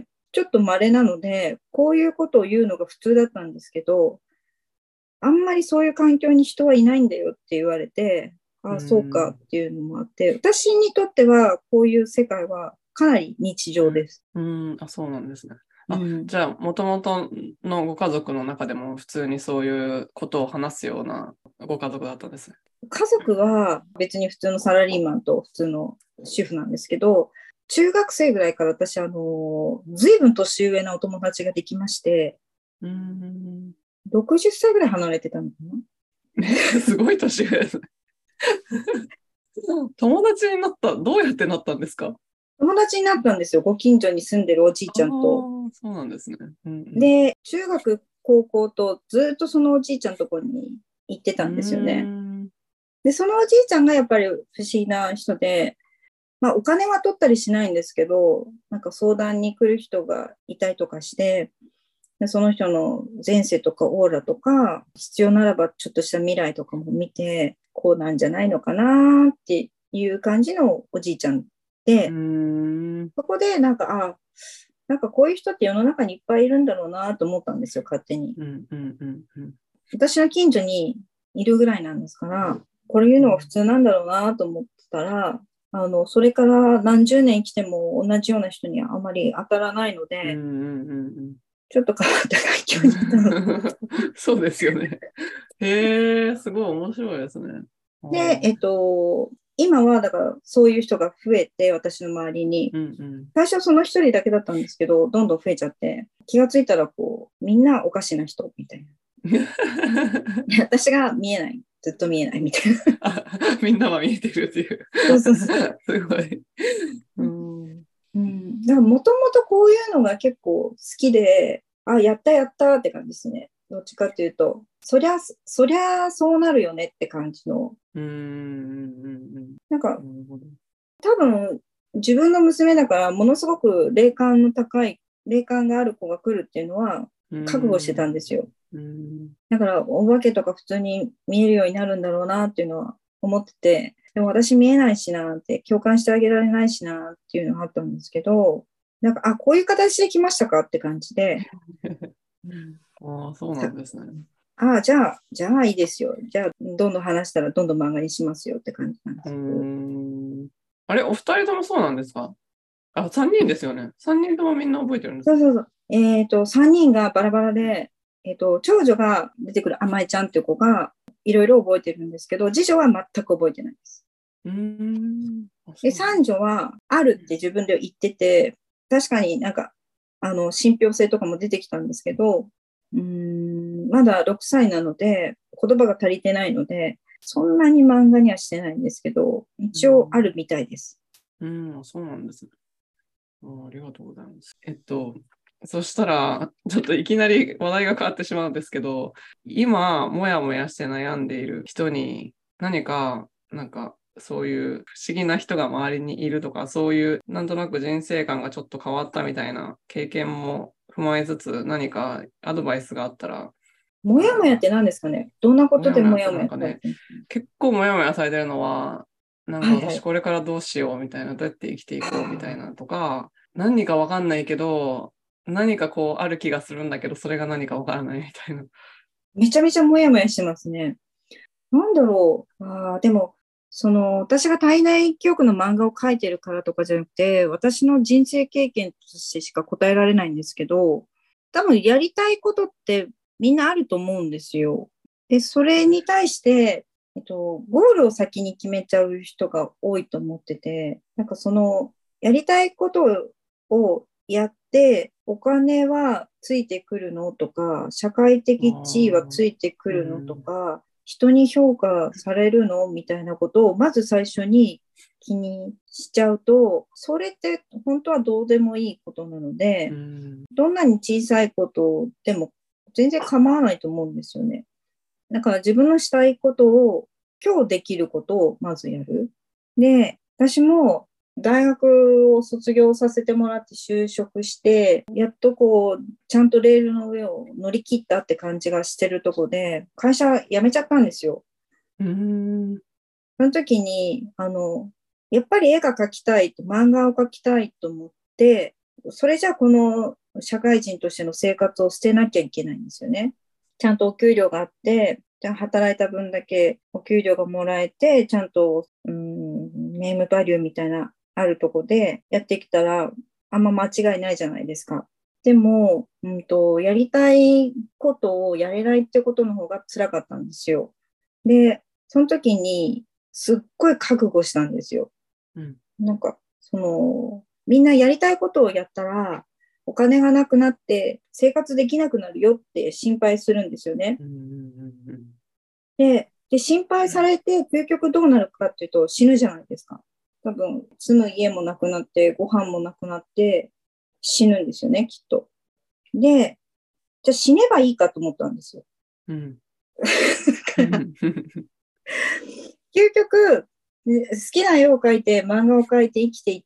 S3: ちょっと稀なので、こういうことを言うのが普通だったんですけど、あんまりそういう環境に人はいないんだよって言われて、ああ、そうかっていうのもあって、私にとってはこういう世界はかなり日常です。
S2: うん、うん、あ、そうなんですね。あ、
S3: うん、
S2: じゃあ、もともとのご家族の中でも普通にそういうことを話すようなご家族だったんですね。
S3: 家族は別に普通のサラリーマンと普通の主婦なんですけど、中学生ぐらいから私、あの、ずいぶん年上のお友達ができまして、
S2: うん、
S3: ろくじゅっさいぐらい離れてたのかな。
S2: すごい年上ですね。友達になった、どうやってなったんですか？
S3: 友達になったんですよ、ご近所に住んでるおじいちゃんと。
S2: ああ、そうなんですね。うん、
S3: で、中学、高校とずっとそのおじいちゃんのところに行って
S2: う
S3: たんですよね。
S2: ん、
S3: で、そのおじいちゃんがやっぱり不思議な人で、まあお金は取ったりしないんですけど、なんか相談に来る人がいたりとかして、でその人の前世とかオーラとか、必要ならばちょっとした未来とかも見て、こうなんじゃないのかなっていう感じのおじいちゃんで、
S2: うん、
S3: そこでなんか、あ、なんかこういう人って世の中にいっぱいいるんだろうなと思ったんですよ、勝手に。
S2: うん、うん、うん、うん。
S3: 私の近所にいるぐらいなんですから、これ言うのが普通なんだろうなと思ってたら、あの、それから何十年来ても同じような人にはあまり当たらないので、
S2: うん、うん、うん。
S3: ちょっと変わった環境にいたので。
S2: そうですよね。へえ、すごい面白いですね。
S3: で、えっと、今はだからそういう人が増えて、私の周りに。
S2: うん、うん。
S3: 最初その一人だけだったんですけど、どんどん増えちゃって、気がついたらこう、みんなおかしな人みたいな。私が見えない。ずっと見えないみたいな。
S2: あ、みんなは見えてるっていう。
S3: そうそうそう。
S2: すごい。うん。
S3: うん。だからもともとこういうのが結構好きで、あ、やったやったって感じですね。どっちかっていうと、そりゃ、そりゃそうなるよねって感じの。
S2: うん、うん、うん。
S3: なんか、
S2: なるほど。
S3: 多分、自分の娘だからものすごく霊感の高い、霊感がある子が来るっていうのは覚悟してたんですよ。
S2: うん、
S3: だからお化けとか普通に見えるようになるんだろうなっていうのは思ってて、でも私見えないしなって、共感してあげられないしなっていうのがあったんですけど、なんか、あ、こういう形で来ましたかって感じで、うん、
S2: ああ、そうなんですね。
S3: あ、じゃあ、じゃあいいですよ。じゃあ、どんどん話したらどんどん漫画にしますよって感じなんで
S2: う
S3: すけど。
S2: ん。あれ、お二人ともそうなんですか？あ、三人ですよね。三人ともみんな覚えてるんですか？
S3: そうそうそう。えっと、さんにんがバラバラで、えっと、長女が出てくる甘えちゃんっていう子がいろいろ覚えてるんですけど、次女は全く覚えてないです。
S2: うーん。
S3: で、三女はあるって自分で言ってて、確かになんか、あの、信憑性とかも出てきたんですけど、うーん、まだろくさいなので、言葉が足りてないので、そんなに漫画にはしてないんですけど、一応あるみたいです。
S2: うん、そうなんですね。あ、ありがとうございます。えっと、そしたら、ちょっといきなり話題が変わってしまうんですけど、今、もやもやして悩んでいる人に、何か、なんか、そういう不思議な人が周りにいるとか、そういう、なんとなく人生観がちょっと変わったみたいな経験も踏まえつつ、何かアドバイスがあったら。
S3: もやもやって何ですかね？どんなことでもやもや
S2: ってなんかね、結構もやもやされてるのは、なんか私これからどうしようみたいな、どうやって生きていこうみたいなとか、何かわかんないけど、何かこうある気がするんだけど、それが何かわからないみたいな。
S3: めちゃめちゃもやもやしてますね。なんだろう。あ、でも、その、私が体内記憶の漫画を描いてるからとかじゃなくて、私の人生経験としてしか答えられないんですけど、多分やりたいことってみんなあると思うんですよ。で、それに対して、えっと、ゴールを先に決めちゃう人が多いと思ってて、なんかその、やりたいことをやって、お金はついてくるのとか、社会的地位はついてくるのとか、人に評価されるのみたいなことをまず最初に気にしちゃうと、それって本当はどうでもいいことなので、どんなに小さいことでも全然構わないと思うんですよね。だから自分のしたいことを今日できることをまずやる。で、私も大学を卒業させてもらって就職して、やっとこう、ちゃんとレールの上を乗り切ったって感じがしてるとこで、会社辞めちゃったんですよ。
S2: うーん。
S3: その時に、あの、やっぱり絵が描きたい、漫画を描きたいと思って、それじゃあこの社会人としての生活を捨てなきゃいけないんですよね。ちゃんとお給料があって、じゃあ働いた分だけお給料がもらえて、ちゃんと、うん、ネームバリューみたいなあるとこでやってきたら、あんま間違いないじゃないですか。でも、うんと、やりたいことをやれないってことの方が辛かったんですよ。で、その時にすっごい覚悟したんですよ。
S2: うん。
S3: なんか、その、みんなやりたいことをやったら、お金がなくなって生活できなくなるよって心配するんですよね。
S2: うんうんうん
S3: で、で心配されて究極どうなるかっていうと死ぬじゃないですか。多分、住む家もなくなって、ご飯もなくなって死ぬんですよね、きっと。で、じゃあ死ねばいいかと思ったんですよ。
S2: うん。
S3: 究極、好きな絵を描いて、漫画を描いて生きていって、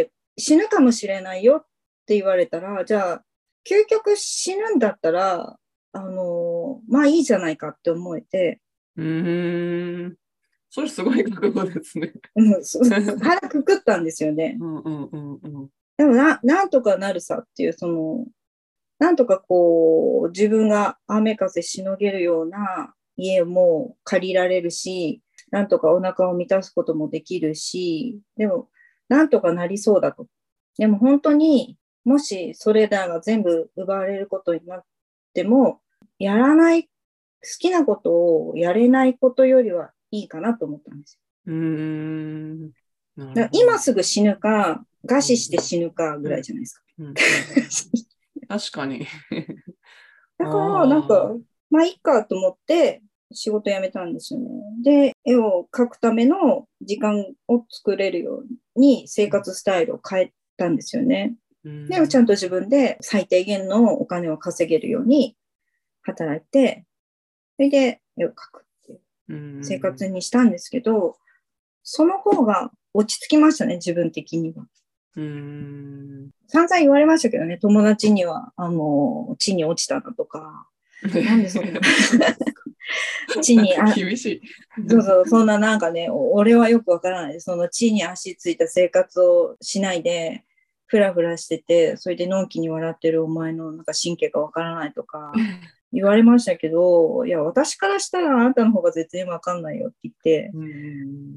S3: 死ぬかもしれないよって言われたら、じゃあ、究極死ぬんだったら、あのー、まあいいじゃないかって思えて。
S2: うーん。それすごい覚悟ですね。
S3: うん、腹くくったんですよね。
S2: うんうんうんうん。
S3: でもな、なんとかなるさっていう、その、なんとかこう、自分が雨風しのげるような家も借りられるし、なんとかお腹を満たすこともできるし、でも、なんとかなりそうだと。でも本当に、もしそれらが全部奪われることになっても、やらない、好きなことをやれないことよりはいいかなと思ったんです
S2: よ。うーん。
S3: だから今すぐ死ぬか、餓死して死ぬかぐらいじゃないですか。
S2: うんうん、確かに。
S3: だから、なんか、まあいいかと思って、仕事辞めたんですよね。で、絵を描くための時間を作れるように生活スタイルを変えたんですよね。うん、で、ちゃんと自分で最低限のお金を稼げるように働いて、それで絵を描くっていう生活にしたんですけど、その方が落ち着きましたね、自分的には。うーん、散々言われましたけどね、友達には、あの、地に落ちたなとか、なんでそんな地にあ
S2: 厳しい。
S3: そうそう、そんななんかね、俺はよくわからないです。その地に足ついた生活をしないで、ふらふらしてて、それでのんきに笑ってるお前のなんか神経がわからないとか言われましたけど、いや、私からしたらあなたの方が絶対わかんないよって言って、うん、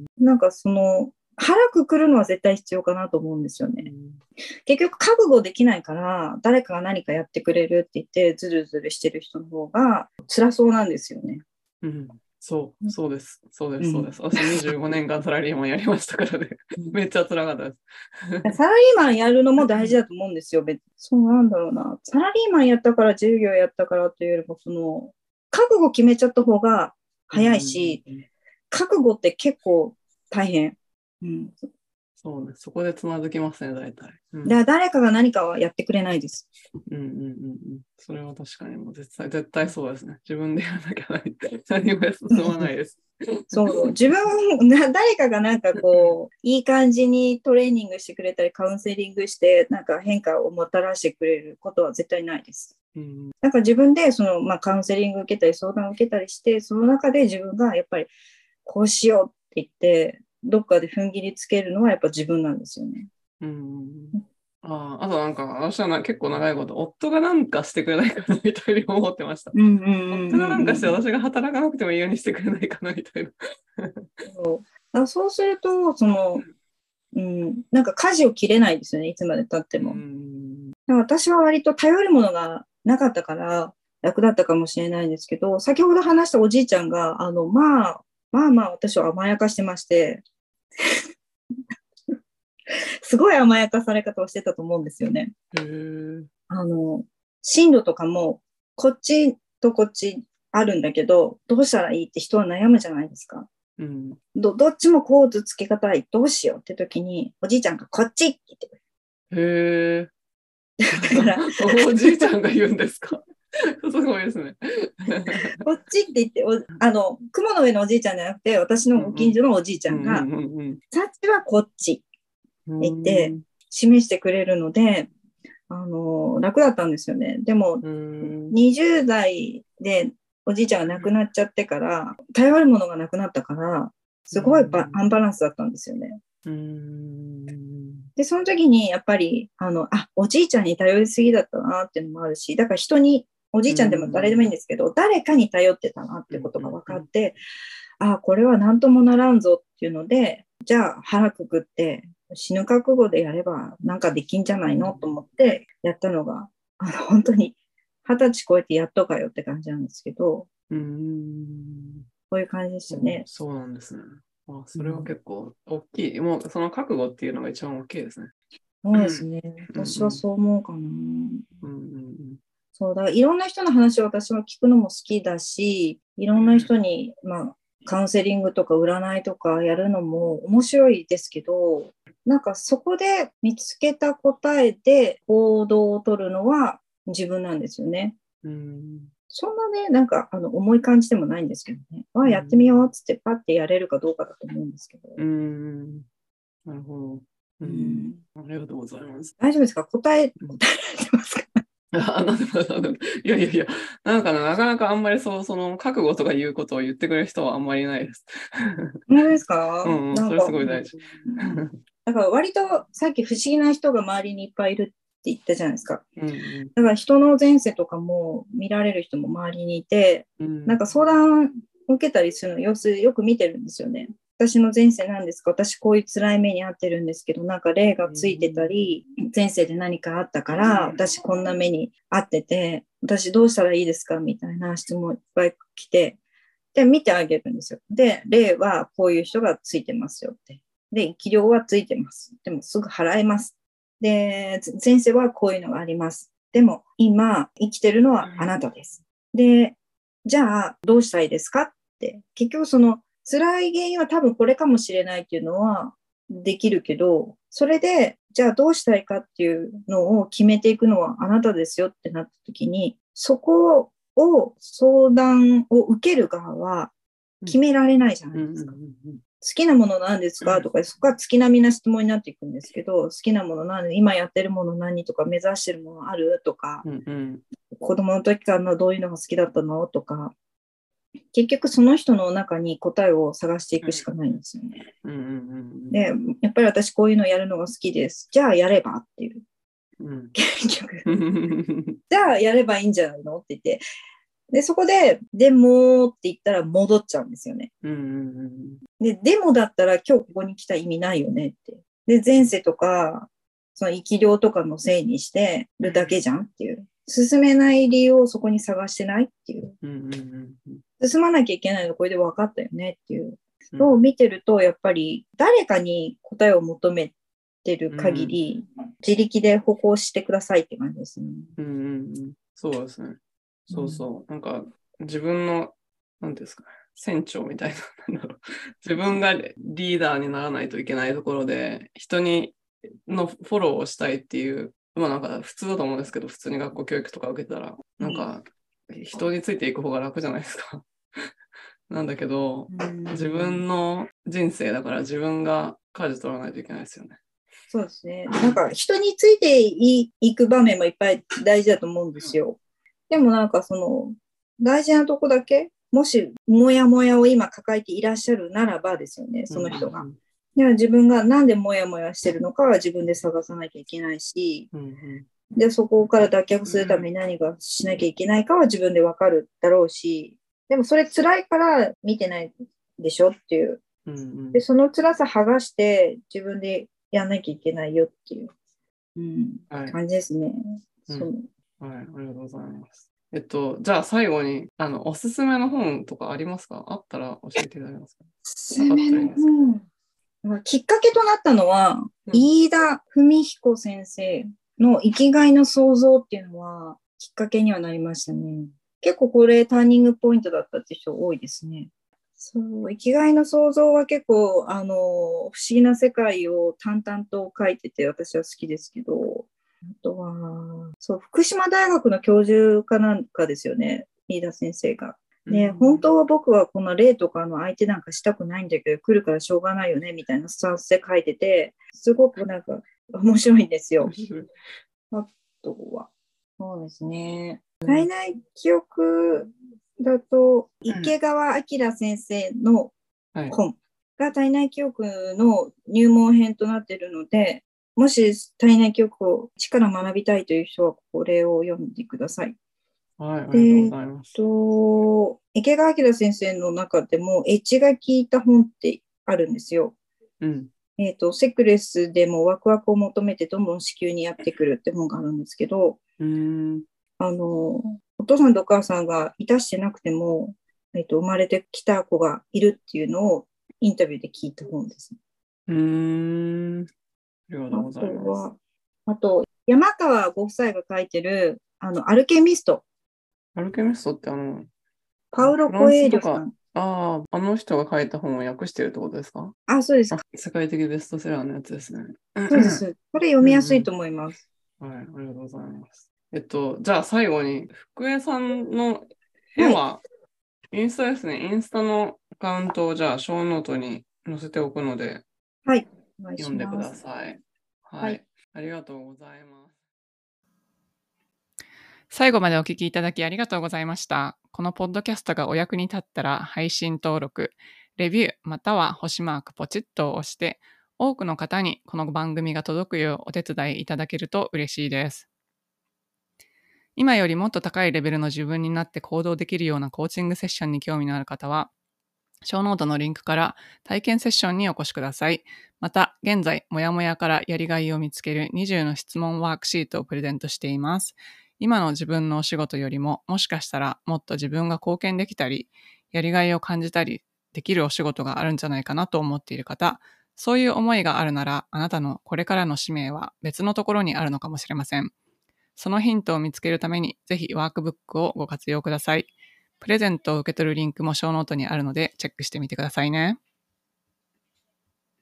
S3: なんかその、腹くくるのは絶対必要かなと思うんですよね。うん、結局覚悟できないから誰かが何かやってくれるって言ってズルズルしてる人の方が辛そうなんですよね。
S2: うん、そうそうですそうですそうです、うん、私にじゅうごねんかんサラリーマンやりましたからねめっちゃ辛かったです
S3: サラリーマンやるのも大事だと思うんですよ。別そうなんだろうな、サラリーマンやったから自由業やったからというよりもその覚悟決めちゃった方が早いし、うん、覚悟って結構大変。うん、
S2: そうね、そこでつまずきますね、大体。
S3: うん、だから誰かが何かはやってくれないです。
S2: うんうんうんうん。それは確かにもう絶対、絶対そうですね。自分でやらなきゃないって何も進まないです。
S3: そう、自分、誰かがなんかこう、いい感じにトレーニングしてくれたり、カウンセリングして、なんか変化をもたらしてくれることは絶対ないです。うん、なんか自分でその、まあ、カウンセリング受けたり、相談を受けたりして、その中で自分がやっぱりこうしようって言って、どっかで踏ん切りつけるのはやっぱ自分なんですよね。
S2: うん、あ, あとなんか私はな結構長いこと夫がなんかしてくれないかなみたいに思ってました。うんうんうんうん、夫がなんかして私が働かなくてもいいようにしてくれないかなみたいな。
S3: そう、そうするとその、うん、なんか舵を切れないですよね、いつまで経っても。うん、私は割と頼るものがなかったから楽だったかもしれないんですけど、先ほど話したおじいちゃんがあのまあまあまあ私は甘やかしてましてすごい甘やかされ方をしてたと思うんですよね。へー、あの進路とかもこっちとこっちあるんだけどどうしたらいいって人は悩むじゃないですか。うん、ど, どっちもコードつけ方いい、どうしようって時におじいちゃんがこっちって言ってくれる。
S2: へー、だからおじいちゃんが言うんですかすごいですね
S3: こっちって言っておあの雲の上のおじいちゃんじゃなくて私のご近所のおじいちゃんが、さっちはこっち言って示してくれるので、あの楽だったんですよね。でもにじゅう代でおじいちゃんが亡くなっちゃってから頼るものがなくなったからすごいバアンバランスだったんですよね。
S2: うーん
S3: でその時にやっぱりあのあおじいちゃんに頼りすぎだったなっていうのもあるし、だから人におじいちゃんでも誰でもいいんですけど誰かに頼ってたなってことが分かって、あこれは何ともならんぞっていうので、じゃあ腹くくって死ぬ覚悟でやればなんかできんじゃないのと思ってやったのが、あの本当に二十歳超えてやっとかよって感じなんですけど、
S2: うーん
S3: こういう感じですよね。
S2: そうなんですね。あ、それは結構大きい、うん、もうその覚悟っていうのが一番大きいですね。
S3: そうですね、うん、私はそう思うかな。
S2: うんうんうん、
S3: そうだ、いろんな人の話を私は聞くのも好きだし、いろんな人に、まあ、カウンセリングとか占いとかやるのも面白いですけど、なんかそこで見つけた答えで行動を取るのは自分なんですよね。
S2: うん、
S3: そんなね、なんかあの重い感じでもないんですけどね。あ、やってみようっつってパッてやれるかどうかだと思うんですけど。
S2: うん、なるほど、うん。
S3: うん。
S2: ありがとうございます。
S3: 大丈夫ですか？答え、答えられてますか？
S2: あ、なんでもなんでもいやいやいや、なんかなかなかあんまりそう、その覚悟とかいうことを言ってくれる人はあんまりいないです。
S3: 本当ですか？
S2: うん、うん、
S3: なんか
S2: それすごい大事。
S3: だから割とさっき不思議な人が周りにいっぱいいるって言ったじゃないですか。
S2: うんうん、
S3: だから人の前世とかも見られる人も周りにいて、うん、なんか相談受けたりするの様子よく見てるんですよね。私の前世なんですか、私こういう辛い目に遭ってるんですけど、なんか霊がついてたり、前世で何かあったから私こんな目に遭ってて、私どうしたらいいですかみたいな質問いっぱい来て、で見てあげるんですよ。で霊はこういう人がついてますよって、で生き量はついてます、でもすぐ払えます、で前世はこういうのがあります、でも今生きてるのはあなたです、でじゃあどうしたいですかって、結局その辛い原因は多分これかもしれないっていうのはできるけど、それでじゃあどうしたいかっていうのを決めていくのはあなたですよってなった時に、そこを相談を受ける側は決められないじゃないですか。好きなものなんですかとか、そこは月並みな質問になっていくんですけど、好きなもの何、今やってるもの何とか、目指してるものあるとか、うんうん、子供の時からどういうのが好きだったのとか、結局その人の中に答えを探していくしかないんですよね。うんうんうん、でやっぱり私こういうのやるのが好きです、じゃあやればっていう、うん、結局じゃあやればいいんじゃないのって言って、でそこででもって言ったら戻っちゃうんですよね。うんうんうん、ででもだったら今日ここに来た意味ないよねって、で前世とかその生き量とかのせいにしてるだけじゃんっていう、進めない理由をそこに探してないっていう、うんうんうん、進まなきゃいけないのこれで分かったよねっていうのを見てると、やっぱり誰かに答えを求めてる限り、うん、自力で歩行してくださいって感じですね。うんうんうん、
S2: そうですね。そうそう。なんか自分の何ですか、船長みたいな自分がリーダーにならないといけないところで人にのフォローをしたいっていう、まあなんか普通だと思うんですけど、普通に学校教育とか受けたらなんか人についていく方が楽じゃないですかなんだけど自分の人生だから自分が舵取らないといけないですよね。
S3: そうですね。なんか人についていく場面もいっぱい大事だと思うんですよ。でもなんかその大事なとこだけ、もしモヤモヤを今抱えていらっしゃるならばですよね、その人が。うんうん、では自分がなんでモヤモヤしてるのかは自分で探さなきゃいけないし、うんうん、でそこから脱却するために何がしなきゃいけないかは自分で分かるだろうし、でもそれ辛いから見てないでしょっていう。うんうん、でその辛さ剥がして自分でやんなきゃいけないよっていう、うんはい、感じですね。
S2: うん、はい、ありがとうございます。えっと、じゃあ最後にあのおすすめの本とかありますか？あったら教えていただけますか？
S3: おすすめの本、きっかけとなったのは、うん、飯田文彦先生の生きがいの創造っていうのはきっかけにはなりましたね。結構これターニングポイントだったって人多いですね。そう生きがいの創造は結構あの不思議な世界を淡々と書いてて私は好きですけど、あとはそう福島大学の教授かなんかですよね、飯田先生が。 で、本当は僕はこの例とかの相手なんかしたくないんだけど、来るからしょうがないよね、みたいなスタンスで書いてて、すごくなんか面白いんですよ。あとは、そうですね。体内記憶だと、池川明先生の本が体内記憶の入門編となっているので、もし体内記憶を一から学びたいという人はこれを読んでください。
S2: はい、ありがとうございます。
S3: と池川明先生の中でもエッジが効いた本ってあるんですよ。
S2: うん
S3: えーと、セクレスでもワクワクを求めてどんどん子宮にやってくるって本があるんですけど、
S2: うーん
S3: あのお父さんとお母さんがいたしてなくても、えーと、生まれてきた子がいるっていうのをインタビューで聞いた本です。
S2: うーんありがとうございます。
S3: あとは、あと山川ご夫妻が書いてるあのアルケミスト。
S2: アルケミストってあの
S3: パウロ・コエーリョさん。
S2: ああ、あの人が書いた本を訳してるってことですか？
S3: あ、そうです。
S2: 世界的ベストセラーのやつですね。
S3: そうです。これ読みやすいと思います。
S2: うんうん、はい、ありがとうございます。えっと、じゃあ最後に、福江さんの絵は、はい、インスタですね。インスタのアカウントをじゃあ、ショーノートに載せておくので、
S3: はい、
S2: 読んでください。はい、はい。ありがとうございます。最後までお聞きいただきありがとうございました。このポッドキャストがお役に立ったら配信登録、レビューまたは星マークポチッと押して多くの方にこの番組が届くようお手伝いいただけると嬉しいです。今よりもっと高いレベルの自分になって行動できるようなコーチングセッションに興味のある方はショーノートのリンクから体験セッションにお越しください。また、現在、もやもやからやりがいを見つけるにじゅうの質問ワークシートをプレゼントしています。今の自分のお仕事よりも、もしかしたらもっと自分が貢献できたり、やりがいを感じたりできるお仕事があるんじゃないかなと思っている方、そういう思いがあるなら、あなたのこれからの使命は別のところにあるのかもしれません。そのヒントを見つけるために、ぜひワークブックをご活用ください。プレゼントを受け取るリンクもショーノートにあるのでチェックしてみてくださいね。